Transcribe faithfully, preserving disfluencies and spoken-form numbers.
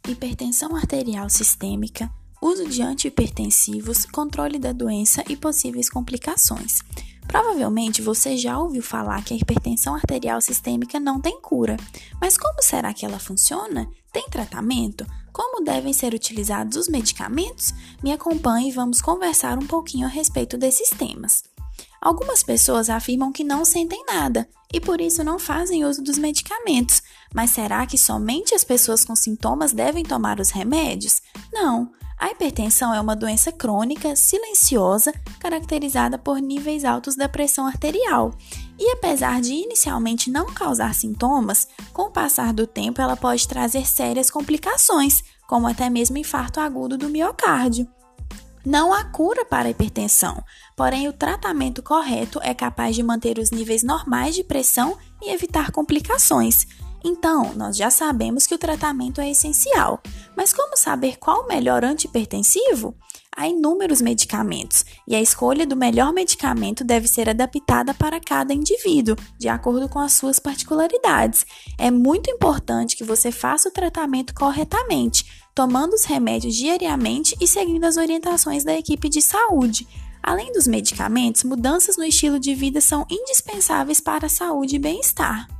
hipertensão arterial sistêmica, uso de antihipertensivos, controle da doença e possíveis complicações. Provavelmente você já ouviu falar que a hipertensão arterial sistêmica não tem cura, mas como será que ela funciona? Tem tratamento? Como devem ser utilizados os medicamentos? Me acompanhe e vamos conversar um pouquinho a respeito desses temas. Algumas pessoas afirmam que não sentem nada e por isso não fazem uso dos medicamentos, mas será que somente as pessoas com sintomas devem tomar os remédios? Não. A hipertensão é uma doença crônica, silenciosa, caracterizada por níveis altos da pressão arterial. E apesar de inicialmente não causar sintomas, com o passar do tempo ela pode trazer sérias complicações, como até mesmo infarto agudo do miocárdio. Não há cura para a hipertensão, porém o tratamento correto é capaz de manter os níveis normais de pressão e evitar complicações. Então, nós já sabemos que o tratamento é essencial, mas como saber qual o melhor antihipertensivo? Há inúmeros medicamentos e a escolha do melhor medicamento deve ser adaptada para cada indivíduo, de acordo com as suas particularidades. É muito importante que você faça o tratamento corretamente, tomando os remédios diariamente e seguindo as orientações da equipe de saúde. Além dos medicamentos, mudanças no estilo de vida são indispensáveis para a saúde e bem-estar.